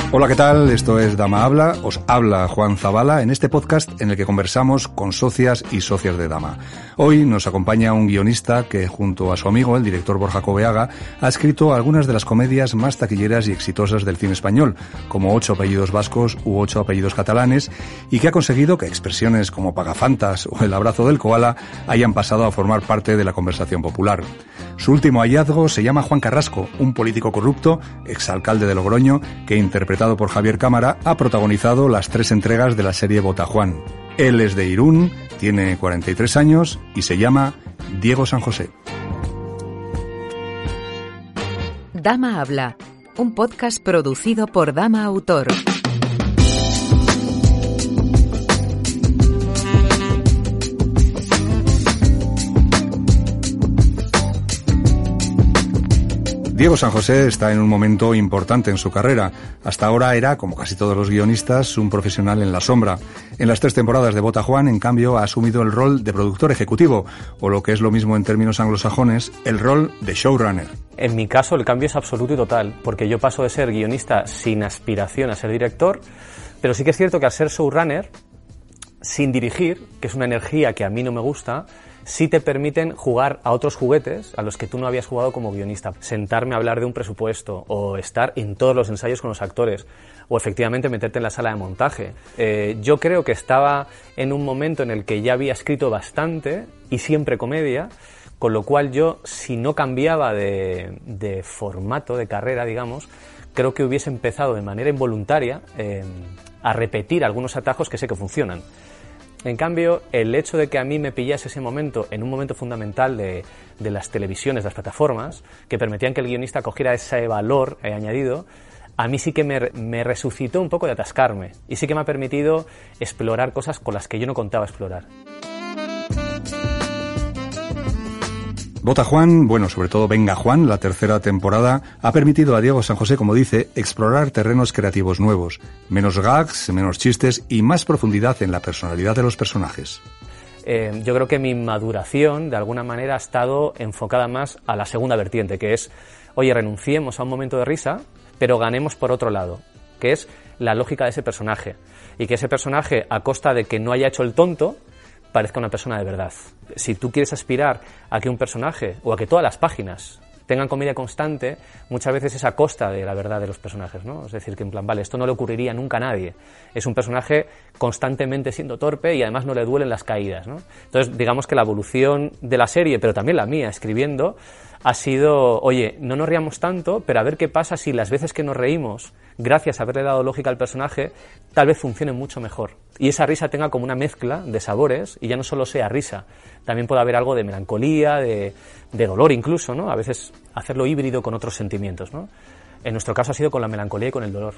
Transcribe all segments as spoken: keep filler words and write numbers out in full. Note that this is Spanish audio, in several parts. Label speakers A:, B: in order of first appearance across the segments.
A: Hola, ¿qué tal? Esto es Dama Habla. Os habla Juan Zabala en este podcast en el que conversamos con socias y socias de Dama. Hoy nos acompaña un guionista que, junto a su amigo, el director Borja Coveaga, ha escrito algunas de las comedias más taquilleras y exitosas del cine español, como Ocho apellidos vascos u Ocho apellidos catalanes, y que ha conseguido que expresiones como Pagafantas o El abrazo del koala hayan pasado a formar parte de la conversación popular. Su último hallazgo se llama Juan Carrasco, un político corrupto, exalcalde de Logroño, que, interpretado por Javier Cámara, ha protagonizado las tres entregas de la serie Botajuan. Él es de Irún, tiene cuarenta y tres años y se llama Diego San José.
B: Dama Habla, un podcast producido por Dama Autor.
A: Diego San José está en un momento importante en su carrera. Hasta ahora era, como casi todos los guionistas, un profesional en la sombra. En las tres temporadas de Botajuan, en cambio, ha asumido el rol de productor ejecutivo, o lo que es lo mismo en términos anglosajones, el rol de showrunner.
C: En mi caso, el cambio es absoluto y total, porque yo paso de ser guionista sin aspiración a ser director, pero sí que es cierto que al ser showrunner, sin dirigir, que es una energía que a mí no me gusta, sí te permiten jugar a otros juguetes a los que tú no habías jugado como guionista. Sentarme a hablar de un presupuesto, o estar en todos los ensayos con los actores, o efectivamente meterte en la sala de montaje. Eh, yo creo que estaba en un momento en el que ya había escrito bastante, y siempre comedia, con lo cual yo, si no cambiaba de, de formato, de carrera, digamos, creo que hubiese empezado de manera involuntaria eh, a repetir algunos atajos que sé que funcionan. En cambio, el hecho de que a mí me pillase ese momento, en un momento fundamental de, de las televisiones, de las plataformas, que permitían que el guionista cogiera ese valor eh, añadido, a mí sí que me, me resucitó un poco de atascarme y sí que me ha permitido explorar cosas con las que yo no contaba explorar.
A: Botajuan, bueno, sobre todo Venga Juan, la tercera temporada, ha permitido a Diego San José, como dice, explorar terrenos creativos nuevos, menos gags, menos chistes y más profundidad en la personalidad de los personajes.
C: Eh, yo creo que mi maduración, de alguna manera, ha estado enfocada más a la segunda vertiente, que es, oye, renunciemos a un momento de risa, pero ganemos por otro lado, que es la lógica de ese personaje, y que ese personaje, a costa de que no haya hecho el tonto, parezca una persona de verdad. Si tú quieres aspirar a que un personaje, o a que todas las páginas tengan comedia constante, muchas veces es a costa de la verdad de los personajes, ¿no? Es decir, que en plan, vale, esto no le ocurriría nunca a nadie. Es un personaje constantemente siendo torpe y además no le duelen las caídas, ¿no? Entonces, digamos que la evolución de la serie, pero también la mía, escribiendo, ha sido, oye, no nos riamos tanto, pero a ver qué pasa si las veces que nos reímos, gracias a haberle dado lógica al personaje, tal vez funcione mucho mejor. Y esa risa tenga como una mezcla de sabores y ya no solo sea risa, también puede haber algo de melancolía, de, de dolor incluso, ¿no? A veces hacerlo híbrido con otros sentimientos, ¿no? En nuestro caso ha sido con la melancolía y con el dolor.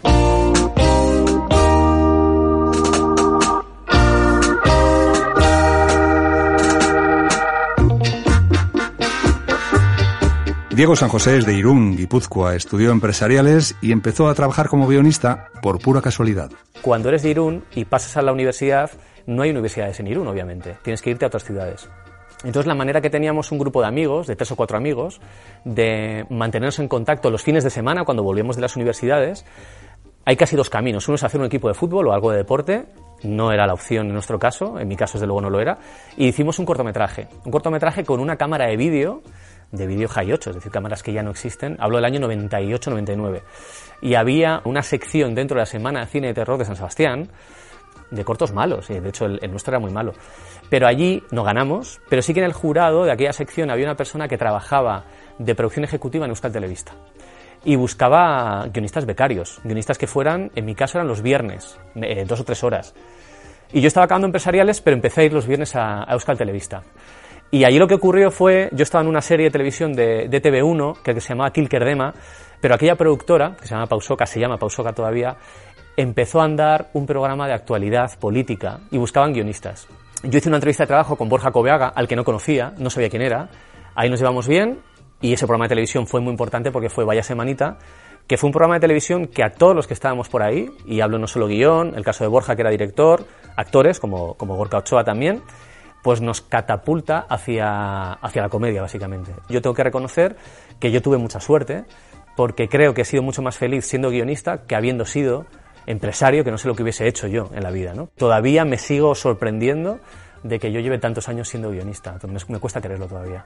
A: Diego San José es de Irún, Guipúzcoa, estudió empresariales y empezó a trabajar como guionista por pura casualidad.
C: Cuando eres de Irún y pasas a la universidad, no hay universidades en Irún, obviamente, tienes que irte a otras ciudades. Entonces la manera que teníamos un grupo de amigos, de tres o cuatro amigos, de mantenernos en contacto los fines de semana cuando volvíamos de las universidades, hay casi dos caminos. Uno es hacer un equipo de fútbol o algo de deporte, no era la opción en nuestro caso, en mi caso desde luego no lo era, y hicimos un cortometraje, un cortometraje con una cámara de vídeo, de vídeo High ocho, es decir, cámaras que ya no existen, hablo del año noventa y ocho noventa y nueve, y había una sección dentro de la Semana de Cine de Terror de San Sebastián, de cortos malos, y de hecho el, el nuestro era muy malo, pero allí no ganamos, pero sí que en el jurado de aquella sección había una persona que trabajaba de producción ejecutiva en Euskal Telebista, y buscaba guionistas becarios, guionistas que fueran, en mi caso eran los viernes, eh, dos o tres horas, y yo estaba acabando empresariales, pero empecé a ir los viernes a, a Euskal Telebista. Y allí lo que ocurrió fue, yo estaba en una serie de televisión de, de T V uno, que, que se llamaba Kilkerdema, pero aquella productora, que se llama Pausoka, se llama Pausoka todavía, empezó a andar un programa de actualidad política y buscaban guionistas. Yo hice una entrevista de trabajo con Borja Coveaga, al que no conocía, no sabía quién era, ahí nos llevamos bien, y ese programa de televisión fue muy importante porque fue Vaya Semanita, que fue un programa de televisión que a todos los que estábamos por ahí, y hablo no solo guión, el caso de Borja, que era director, actores, como, como Gorka Ochoa también, pues nos catapulta hacia, hacia la comedia, básicamente. Yo tengo que reconocer que yo tuve mucha suerte, porque creo que he sido mucho más feliz siendo guionista que habiendo sido empresario, que no sé lo que hubiese hecho yo en la vida, ¿no? Todavía me sigo sorprendiendo de que yo lleve tantos años siendo guionista, entonces me cuesta creerlo todavía.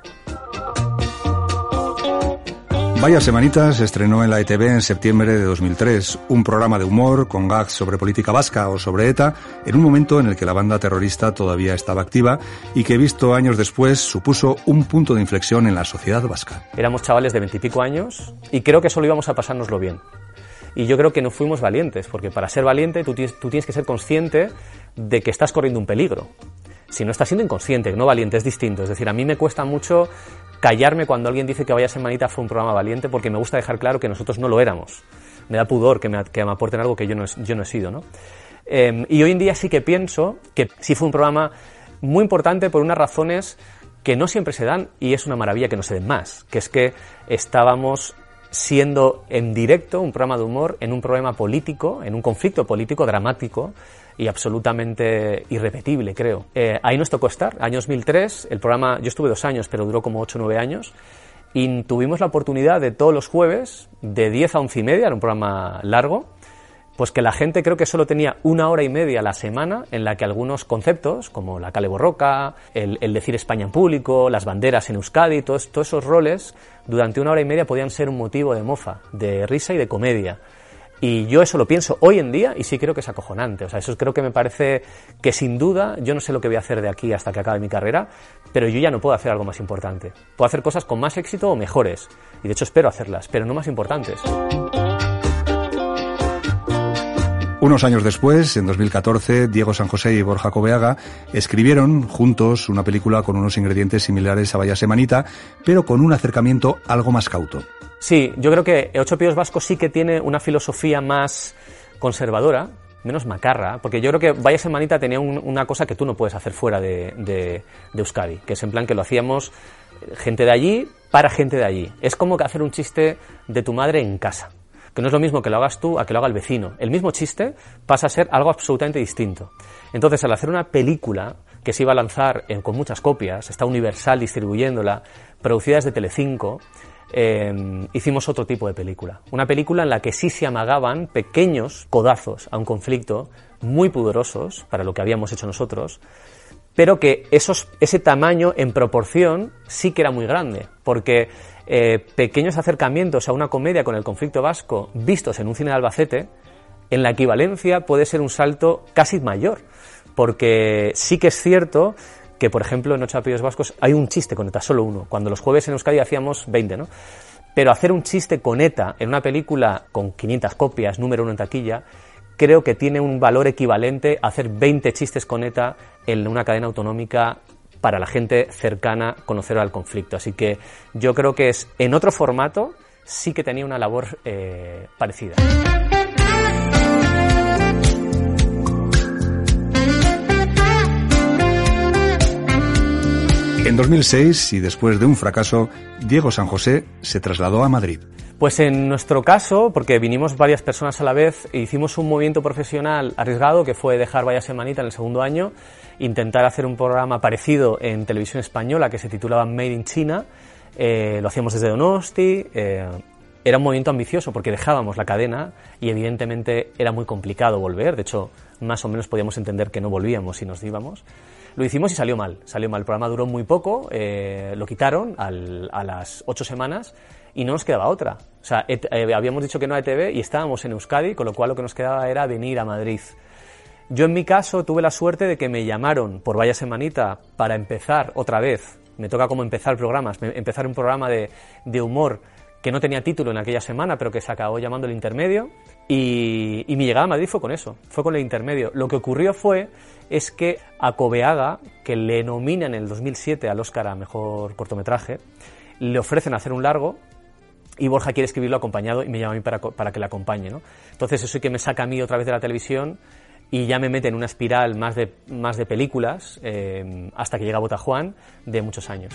A: Vaya Semanita se estrenó en la E T V en septiembre de dos mil tres, un programa de humor con gags sobre política vasca o sobre ETA, en un momento en el que la banda terrorista todavía estaba activa y que, visto años después, supuso un punto de inflexión en la sociedad vasca.
C: Éramos chavales de veintipico años y creo que solo íbamos a pasárnoslo bien. Y yo creo que no fuimos valientes, porque para ser valiente tú tienes, tú tienes que ser consciente de que estás corriendo un peligro. Si no, estás siendo inconsciente, no valiente, es distinto. Es decir, a mí me cuesta mucho callarme cuando alguien dice que Vaya Semanita fue un programa valiente, porque me gusta dejar claro que nosotros no lo éramos. Me da pudor que me, que me aporten algo que yo no, yo no he sido, ¿no? Eh, y hoy en día sí que pienso que sí fue un programa muy importante por unas razones que no siempre se dan, y es una maravilla que no se den más, que es que estábamos siendo en directo un programa de humor en un problema político, en un conflicto político dramático y absolutamente irrepetible, creo. Eh, ahí nos tocó estar, año dos mil tres, el programa, yo estuve dos años, pero duró como ocho o nueve años, y tuvimos la oportunidad de todos los jueves, de diez a once y media, era un programa largo, pues que la gente creo que solo tenía una hora y media a la semana en la que algunos conceptos, como la Kale Borroka, el, el decir España en público, las banderas en Euskadi, todos, todos esos roles, durante una hora y media podían ser un motivo de mofa, de risa y de comedia. Y yo eso lo pienso hoy en día y sí creo que es acojonante. O sea, eso creo que me parece que sin duda, yo no sé lo que voy a hacer de aquí hasta que acabe mi carrera, pero yo ya no puedo hacer algo más importante. Puedo hacer cosas con más éxito o mejores, y de hecho espero hacerlas, pero no más importantes.
A: Unos años después, en dos mil catorce, Diego San José y Borja Coveaga escribieron juntos una película con unos ingredientes similares a Vaya Semanita, pero con un acercamiento algo más cauto.
C: Sí, yo creo que Ocho Apellidos Vascos sí que tiene una filosofía más conservadora, menos macarra, porque yo creo que Vaya Semanita tenía un, una cosa que tú no puedes hacer fuera de, de, de Euskadi, que es en plan que lo hacíamos gente de allí para gente de allí. Es como que hacer un chiste de tu madre en casa, que no es lo mismo que lo hagas tú a que lo haga el vecino. El mismo chiste pasa a ser algo absolutamente distinto. Entonces, al hacer una película que se iba a lanzar en, con muchas copias, está Universal distribuyéndola, producida desde Telecinco, eh, hicimos otro tipo de película. Una película en la que sí se amagaban pequeños codazos a un conflicto muy pudorosos para lo que habíamos hecho nosotros, pero que esos, ese tamaño en proporción sí que era muy grande, porque eh, pequeños acercamientos a una comedia con el conflicto vasco vistos en un cine de Albacete, en la equivalencia puede ser un salto casi mayor, porque sí que es cierto que, por ejemplo, en Ocho Apellidos Vascos hay un chiste con ETA, solo uno, cuando los jueves en Euskadi hacíamos veinte, ¿no? Pero hacer un chiste con ETA en una película con quinientas copias, número uno en taquilla, creo que tiene un valor equivalente a hacer veinte chistes con ETA en una cadena autonómica para la gente cercana, conocedora al conflicto. Así que yo creo que es en otro formato sí que tenía una labor eh, parecida.
A: En dos mil seis, y después de un fracaso, Diego San José se trasladó a Madrid.
C: Pues en nuestro caso, porque vinimos varias personas a la vez, hicimos un movimiento profesional arriesgado que fue dejar Vaya Semanita en el segundo año, intentar hacer un programa parecido en televisión española que se titulaba Made in China, eh, lo hacíamos desde Donosti, eh, era un movimiento ambicioso porque dejábamos la cadena y evidentemente era muy complicado volver, de hecho más o menos podíamos entender que no volvíamos si nos íbamos. Lo hicimos y salió mal, salió mal, el programa duró muy poco, eh, lo quitaron al, a las ocho semanas y no nos quedaba otra. O sea, et, eh, habíamos dicho que no a E T V y estábamos en Euskadi, con lo cual lo que nos quedaba era venir a Madrid. Yo en mi caso tuve la suerte de que me llamaron por Vaya Semanita para empezar otra vez, me toca como empezar programas, empezar un programa de, de humor que no tenía título en aquella semana, pero que se acabó llamando El Intermedio, y, y mi llegada a Madrid fue con eso, fue con El Intermedio. Lo que ocurrió fue es que a Coveaga, que le nominan en el dos mil siete al Oscar a Mejor Cortometraje, le ofrecen hacer un largo, y Borja quiere escribirlo acompañado y me llama a mí para, para que le acompañe, ¿no? Entonces eso sí que me saca a mí otra vez de la televisión y ya me mete en una espiral más de, más de películas, eh, hasta que llega Botajuan, de muchos años.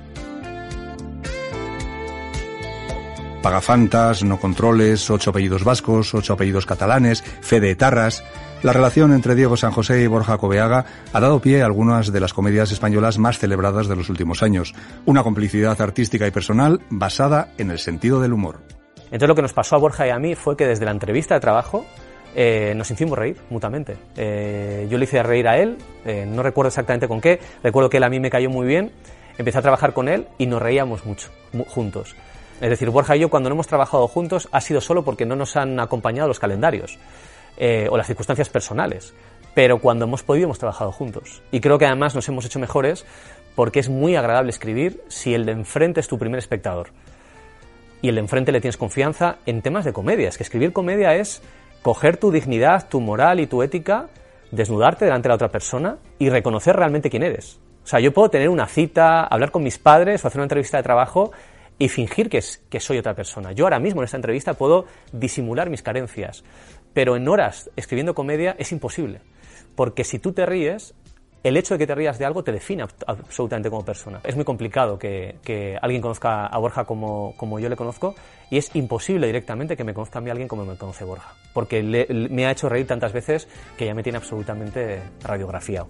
A: Pagafantas, No Controles, Ocho Apellidos Vascos, Ocho Apellidos Catalanes, Fe de Etarras. La relación entre Diego San José y Borja Coveaga ha dado pie a algunas de las comedias españolas más celebradas de los últimos años. Una complicidad artística y personal basada en el sentido del humor.
C: Entonces lo que nos pasó a Borja y a mí fue que desde la entrevista de trabajo eh, nos hicimos reír mutuamente. Eh, yo le hice reír a él, eh, no recuerdo exactamente con qué, recuerdo que él a mí me cayó muy bien, empecé a trabajar con él y nos reíamos mucho, mu- juntos. Es decir, Borja y yo cuando no hemos trabajado juntos ha sido solo porque no nos han acompañado los calendarios eh, o las circunstancias personales, pero cuando hemos podido hemos trabajado juntos. Y creo que además nos hemos hecho mejores porque es muy agradable escribir si el de enfrente es tu primer espectador y el de enfrente le tienes confianza en temas de comedia. Es que escribir comedia es coger tu dignidad, tu moral y tu ética, desnudarte delante de la otra persona y reconocer realmente quién eres. O sea, yo puedo tener una cita, hablar con mis padres o hacer una entrevista de trabajo y fingir que, es, que soy otra persona. Yo ahora mismo en esta entrevista puedo disimular mis carencias, pero en horas escribiendo comedia es imposible, porque si tú te ríes, el hecho de que te rías de algo te define absolutamente como persona. Es muy complicado que, que alguien conozca a Borja como, como yo le conozco, y es imposible directamente que me conozca a mí alguien como me conoce Borja, porque le, le, me ha hecho reír tantas veces que ya me tiene absolutamente radiografiado.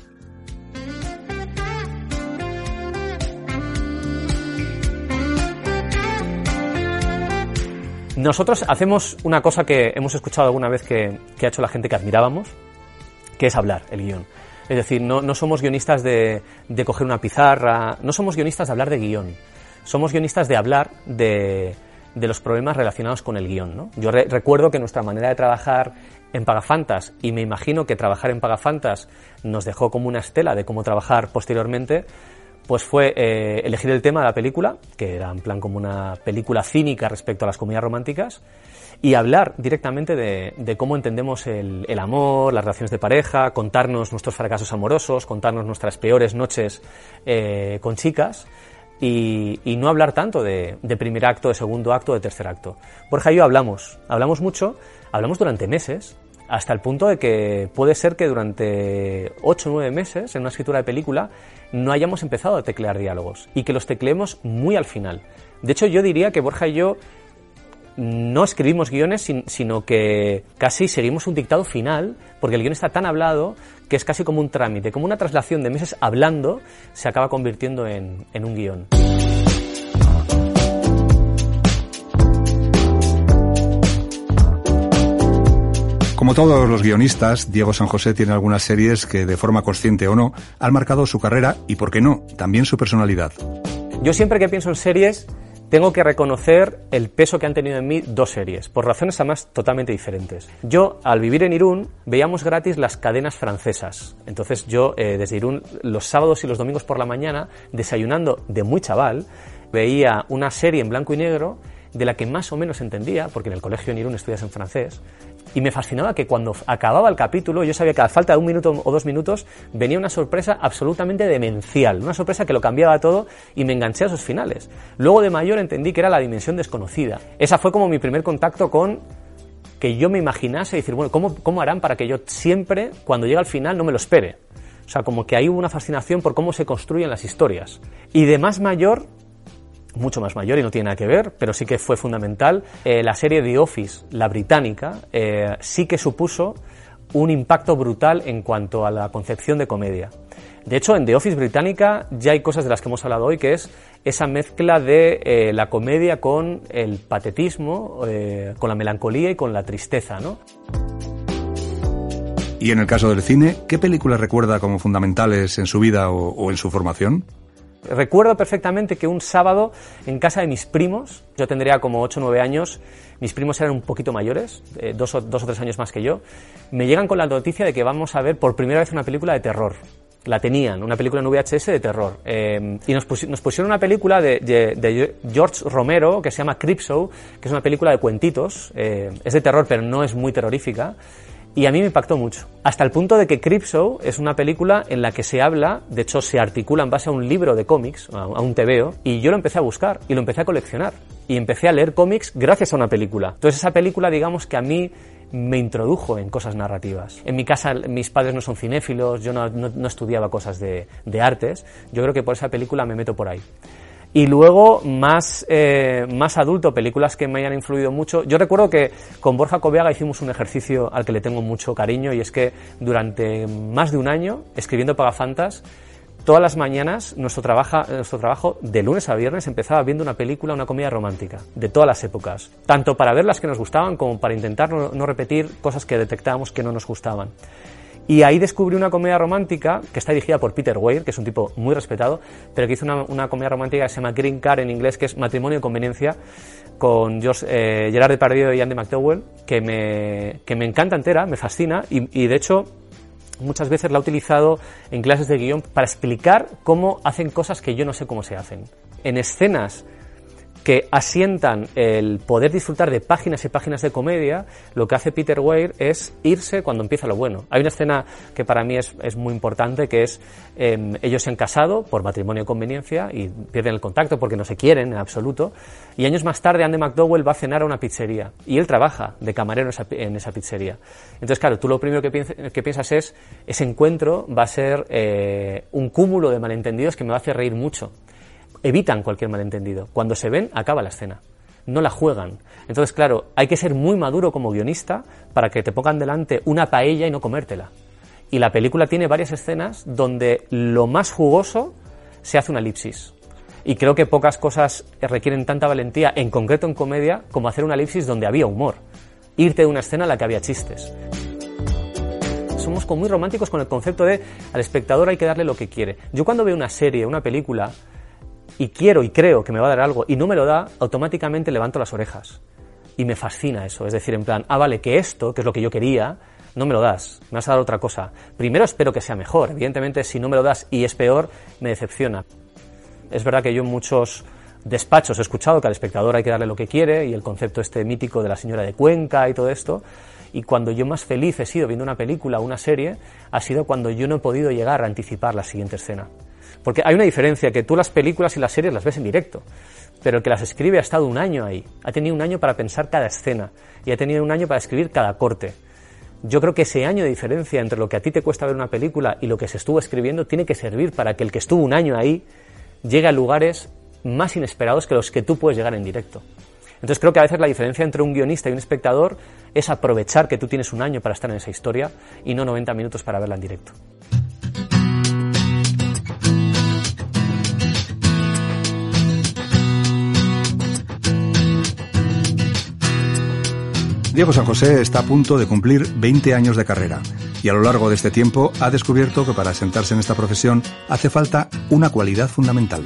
C: Nosotros hacemos una cosa que hemos escuchado alguna vez que, que ha hecho la gente que admirábamos, que es hablar el guión. Es decir, no, no somos guionistas de, de coger una pizarra, no somos guionistas de hablar de guión, somos guionistas de hablar de, de los problemas relacionados con el guión, ¿no? Yo re, recuerdo que nuestra manera de trabajar en Pagafantas, y me imagino que trabajar en Pagafantas nos dejó como una estela de cómo trabajar posteriormente, pues fue eh, elegir el tema de la película, que era en plan como una película cínica respecto a las comedias románticas, y hablar directamente de, de cómo entendemos el, el amor, las relaciones de pareja, contarnos nuestros fracasos amorosos, contarnos nuestras peores noches eh, con chicas, y, y no hablar tanto de, de primer acto, de segundo acto, de tercer acto. Borja y yo hablamos, hablamos mucho, hablamos durante meses, hasta el punto de que puede ser que durante ocho o nueve meses en una escritura de película no hayamos empezado a teclear diálogos y que los tecleemos muy al final. De hecho, yo diría que Borja y yo no escribimos guiones, sino que casi seguimos un dictado final, porque el guión está tan hablado que es casi como un trámite, como una traslación de meses hablando, se acaba convirtiendo en, en un guión.
A: Como todos los guionistas, Diego San José tiene algunas series que, de forma consciente o no, han marcado su carrera y, por qué no, también su personalidad.
C: Yo siempre que pienso en series tengo que reconocer el peso que han tenido en mí dos series, por razones además totalmente diferentes. Yo, al vivir en Irún, veíamos gratis las cadenas francesas. Entonces yo, eh, desde Irún, los sábados y los domingos por la mañana, desayunando de muy chaval, veía una serie en blanco y negro de la que más o menos entendía, porque en el colegio en Irún estudias en francés, y me fascinaba que cuando acababa el capítulo yo sabía que a falta de un minuto o dos minutos venía una sorpresa absolutamente demencial, una sorpresa que lo cambiaba todo y me enganché a sus finales. Luego de mayor entendí que era la dimensión desconocida. Esa fue como mi primer contacto con que yo me imaginase y decir, bueno, ¿cómo, cómo harán para que yo siempre, cuando llegue al final, no me lo espere? O sea, como que ahí hubo una fascinación por cómo se construyen las historias. Y de más mayor, mucho más mayor y no tiene nada que ver, pero sí que fue fundamental, eh, la serie The Office, la británica, eh, sí que supuso un impacto brutal en cuanto a la concepción de comedia. De hecho, en The Office británica ya hay cosas de las que hemos hablado hoy, que es esa mezcla de eh, la comedia con el patetismo, eh, con la melancolía y con la tristeza, ¿no?
A: Y en el caso del cine, ¿qué películas recuerda como fundamentales en su vida o, o en su formación?
C: Recuerdo perfectamente que un sábado en casa de mis primos, yo tendría como ocho o nueve años, mis primos eran un poquito mayores, eh, dos, o, dos o tres años más que yo, me llegan con la noticia de que vamos a ver por primera vez una película de terror. La tenían, una película en V H S de terror. Eh, y nos, pusi- nos pusieron una película de, de, de George Romero que se llama Creepshow, que es una película de cuentitos, eh, es de terror pero no es muy terrorífica. Y a mí me impactó mucho, hasta el punto de que Creepshow es una película en la que se habla, de hecho se articula en base a un libro de cómics, a un tebeo, y yo lo empecé a buscar y lo empecé a coleccionar. Y empecé a leer cómics gracias a una película. Entonces esa película, digamos que a mí me introdujo en cosas narrativas. En mi casa mis padres no son cinéfilos, yo no, no, no estudiaba cosas de, de artes, yo creo que por esa película me meto por ahí. Y luego, más, eh, más adulto, películas que me hayan influido mucho. Yo recuerdo que con Borja Coveaga hicimos un ejercicio al que le tengo mucho cariño, y es que durante más de un año, escribiendo Pagafantas, todas las mañanas nuestro, trabaja, nuestro trabajo de lunes a viernes empezaba viendo una película, una comedia romántica, de todas las épocas, tanto para ver las que nos gustaban como para intentar no, no repetir cosas que detectábamos que no nos gustaban. Y ahí descubrí una comedia romántica que está dirigida por Peter Weir, que es un tipo muy respetado, pero que hizo una, una comedia romántica que se llama Green Card en inglés, que es Matrimonio y Conveniencia, con George, eh, Gerard Depardieu y Andy McDowell, que me, que me encanta entera, me fascina, y, y de hecho muchas veces la he utilizado en clases de guión para explicar cómo hacen cosas que yo no sé cómo se hacen. En escenas que asientan el poder disfrutar de páginas y páginas de comedia, lo que hace Peter Weir es irse cuando empieza lo bueno. Hay una escena que para mí es, es muy importante, que es eh, ellos se han casado por matrimonio y conveniencia y pierden el contacto porque no se quieren en absoluto, y años más tarde Andy McDowell va a cenar a una pizzería y él trabaja de camarero en esa, en esa pizzería. Entonces, claro, tú lo primero que, piensa, que piensas es, ese encuentro va a ser eh, un cúmulo de malentendidos que me va a hacer reír mucho. Evitan cualquier malentendido. Cuando se ven, acaba la escena. No la juegan. Entonces, claro, hay que ser muy maduro como guionista para que te pongan delante una paella y no comértela. Y la película tiene varias escenas donde lo más jugoso se hace una elipsis. Y creo que pocas cosas requieren tanta valentía, en concreto en comedia, como hacer una elipsis donde había humor. Irte de una escena en la que había chistes. Somos como muy románticos con el concepto de al espectador hay que darle lo que quiere. Yo cuando veo una serie, una película, y quiero y creo que me va a dar algo y no me lo da, automáticamente levanto las orejas. Y me fascina eso, es decir, en plan, ah, vale, que esto, que es lo que yo quería, no me lo das, me vas a dar otra cosa. Primero espero que sea mejor, evidentemente si no me lo das y es peor, me decepciona. Es verdad que yo en muchos despachos he escuchado que al espectador hay que darle lo que quiere y el concepto este mítico de la señora de Cuenca y todo esto, y cuando yo más feliz he sido viendo una película o una serie, ha sido cuando yo no he podido llegar a anticipar la siguiente escena. Porque hay una diferencia, que tú las películas y las series las ves en directo, pero el que las escribe ha estado un año ahí, ha tenido un año para pensar cada escena y ha tenido un año para escribir cada corte. Yo creo que ese año de diferencia entre lo que a ti te cuesta ver una película y lo que se estuvo escribiendo tiene que servir para que el que estuvo un año ahí llegue a lugares más inesperados que los que tú puedes llegar en directo. Entonces creo que a veces la diferencia entre un guionista y un espectador es aprovechar que tú tienes un año para estar en esa historia y no noventa minutos para verla en directo.
A: Diego San José está a punto de cumplir veinte años de carrera y a lo largo de este tiempo ha descubierto que para sentarse en esta profesión hace falta una cualidad fundamental.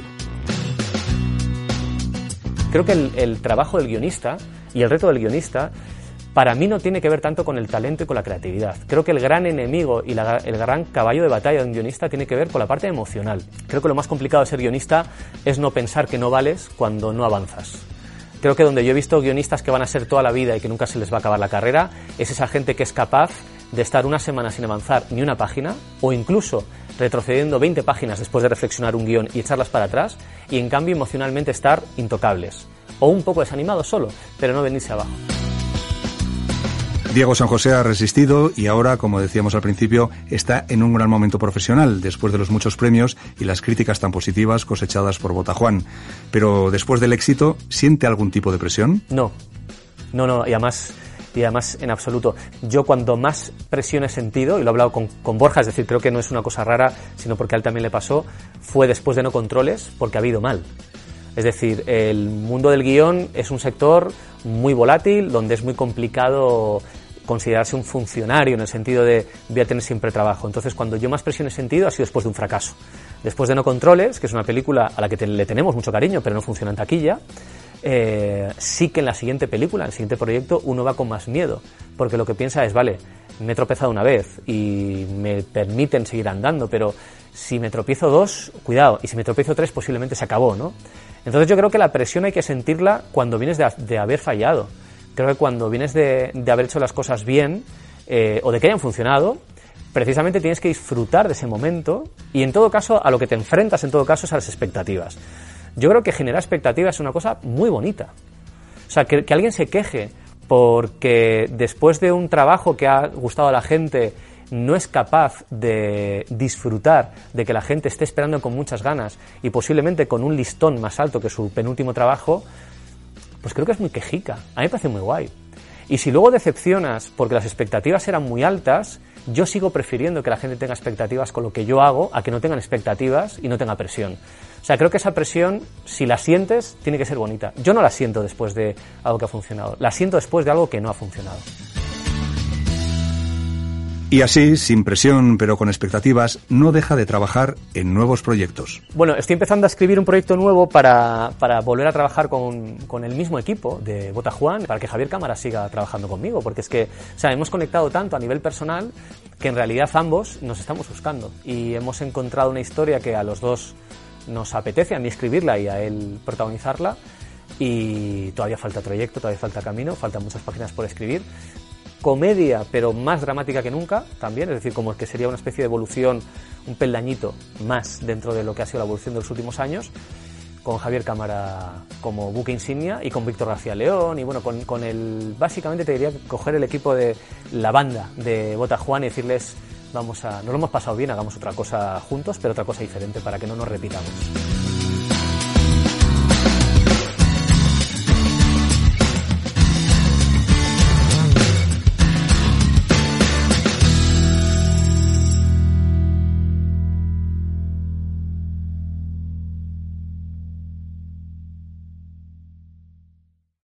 C: Creo que el, el trabajo del guionista y el reto del guionista para mí no tiene que ver tanto con el talento y con la creatividad. Creo que el gran enemigo y la, el gran caballo de batalla de un guionista tiene que ver con la parte emocional. Creo que lo más complicado de ser guionista es no pensar que no vales cuando no avanzas. Creo que donde yo he visto guionistas que van a ser toda la vida y que nunca se les va a acabar la carrera, es esa gente que es capaz de estar una semana sin avanzar ni una página, o incluso retrocediendo veinte páginas después de reflexionar un guión y echarlas para atrás, y en cambio emocionalmente estar intocables. O un poco desanimados solo, pero no venirse abajo.
A: Diego San José ha resistido y ahora, como decíamos al principio, está en un gran momento profesional, después de los muchos premios y las críticas tan positivas cosechadas por Botajuan. Pero después del éxito, ¿siente algún tipo de presión?
C: No, no, no, y además, y además en absoluto. Yo cuando más presión he sentido, y lo he hablado con, con Borja, es decir, creo que no es una cosa rara, sino porque a él también le pasó, fue después de No Controles, porque ha habido mal. Es decir, el mundo del guión es un sector muy volátil, donde es muy complicado considerarse un funcionario en el sentido de voy a tener siempre trabajo. Entonces, cuando yo más presión he sentido ha sido después de un fracaso. Después de No Controles, que es una película a la que te, le tenemos mucho cariño, pero no funciona en taquilla, eh, sí que en la siguiente película, en el siguiente proyecto, uno va con más miedo, porque lo que piensa es, vale, me he tropezado una vez y me permiten seguir andando, pero si me tropiezo dos, cuidado, y si me tropiezo tres, posiblemente se acabó, ¿no? Entonces yo creo que la presión hay que sentirla cuando vienes de, de haber fallado. Creo que cuando vienes de, de haber hecho las cosas bien, eh, o de que hayan funcionado, precisamente tienes que disfrutar de ese momento, y en todo caso, a lo que te enfrentas en todo caso es a las expectativas. Yo creo que generar expectativas es una cosa muy bonita. O sea, que, que alguien se queje porque después de un trabajo que ha gustado a la gente no es capaz de disfrutar de que la gente esté esperando con muchas ganas y posiblemente con un listón más alto que su penúltimo trabajo, pues creo que es muy quejica. A mí me parece muy guay. Y si luego decepcionas porque las expectativas eran muy altas, Yo sigo prefiriendo que la gente tenga expectativas con lo que yo hago a que no tengan expectativas y no tenga presión. O sea, creo que esa presión, si la sientes, tiene que ser bonita. Yo no la siento después de algo que ha funcionado, la siento después de algo que no ha funcionado.
A: Y así, sin presión, pero con expectativas, no deja de trabajar en nuevos proyectos.
C: Bueno, estoy empezando a escribir un proyecto nuevo para, para volver a trabajar con, con el mismo equipo de Bota Juan, para que Javier Cámara siga trabajando conmigo, porque es que, o sea, hemos conectado tanto a nivel personal que en realidad ambos nos estamos buscando y hemos encontrado una historia que a los dos nos apetece, a mí escribirla y a él protagonizarla, y todavía falta trayecto, todavía falta camino, faltan muchas páginas por escribir. Comedia, pero más dramática que nunca también, es decir, como que sería una especie de evolución, un peldañito más dentro de lo que ha sido la evolución de los últimos años, con Javier Cámara como buque insignia y con Víctor García León, y bueno, con, con el, básicamente te diría coger el equipo de la banda de Bota Juan y decirles, vamos a, nos lo hemos pasado bien, hagamos otra cosa juntos, pero otra cosa diferente para que no nos repitamos.